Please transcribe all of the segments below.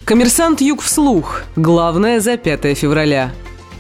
Коммерсант Юг вслух. Главное за 5 февраля.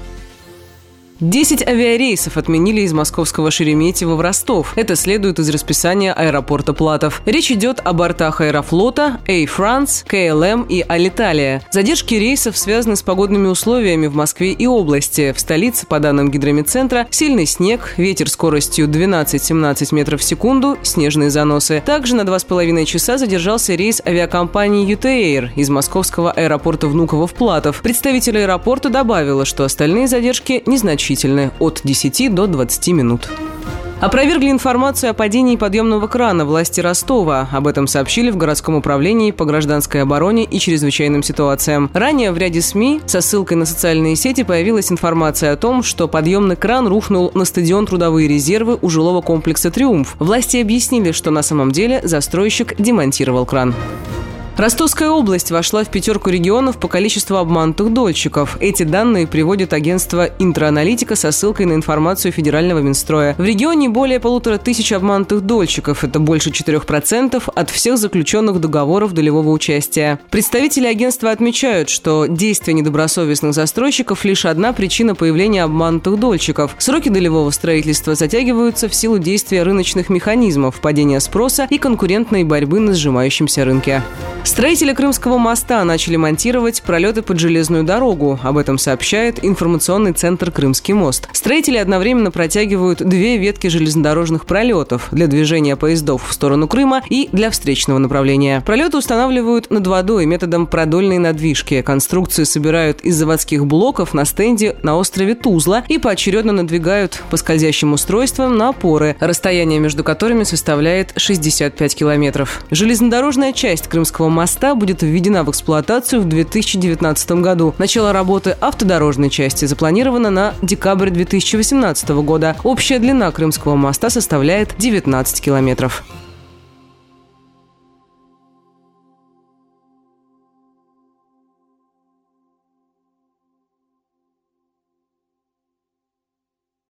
10 авиарейсов отменили из московского Шереметьево в Ростов. Это следует из расписания аэропорта Платов. Речь идет о бортах Аэрофлота, Air France, KLM и Alitalia. Задержки рейсов связаны с погодными условиями в Москве и области. В столице, по данным Гидрометцентра, сильный снег, ветер скоростью 12-17 метров в секунду, снежные заносы. Также на 2,5 часа задержался рейс авиакомпании UTAir из московского аэропорта Внуково в Платов. Представитель аэропорта добавила, что остальные задержки незначительны, от 10 до 20 минут. Опровергли информацию о падении подъемного крана власти Ростова. Об этом сообщили в городском управлении по гражданской обороне и чрезвычайным ситуациям. Ранее в ряде СМИ со ссылкой на социальные сети появилась информация о том, что подъемный кран рухнул на стадион «Трудовые резервы» у жилого комплекса «Триумф». Власти объяснили, что на самом деле застройщик демонтировал кран. Ростовская область вошла в 5 регионов по количеству обманутых дольщиков. Эти данные приводит агентство «Интроаналитика» со ссылкой на информацию Федерального Минстроя. В регионе более 1500 обманутых дольщиков. Это больше 4% от всех заключенных договоров долевого участия. Представители агентства отмечают, что действия недобросовестных застройщиков – лишь одна причина появления обманутых дольщиков. Сроки долевого строительства затягиваются в силу действия рыночных механизмов, падения спроса и конкурентной борьбы на сжимающемся рынке. Строители Крымского моста начали монтировать пролеты под железную дорогу. Об этом сообщает информационный центр «Крымский мост». Строители одновременно протягивают 2 ветки железнодорожных пролетов для движения поездов в сторону Крыма и для встречного направления. Пролеты устанавливают над водой методом продольной надвижки. Конструкции собирают из заводских блоков на стенде на острове Тузла и поочередно надвигают по скользящим устройствам на опоры, расстояние между которыми составляет 65 километров. Железнодорожная часть Крымского моста будет введена в эксплуатацию в 2019 году. Начало работы автодорожной части запланировано на декабрь 2018 года. Общая длина Крымского моста составляет 19 километров.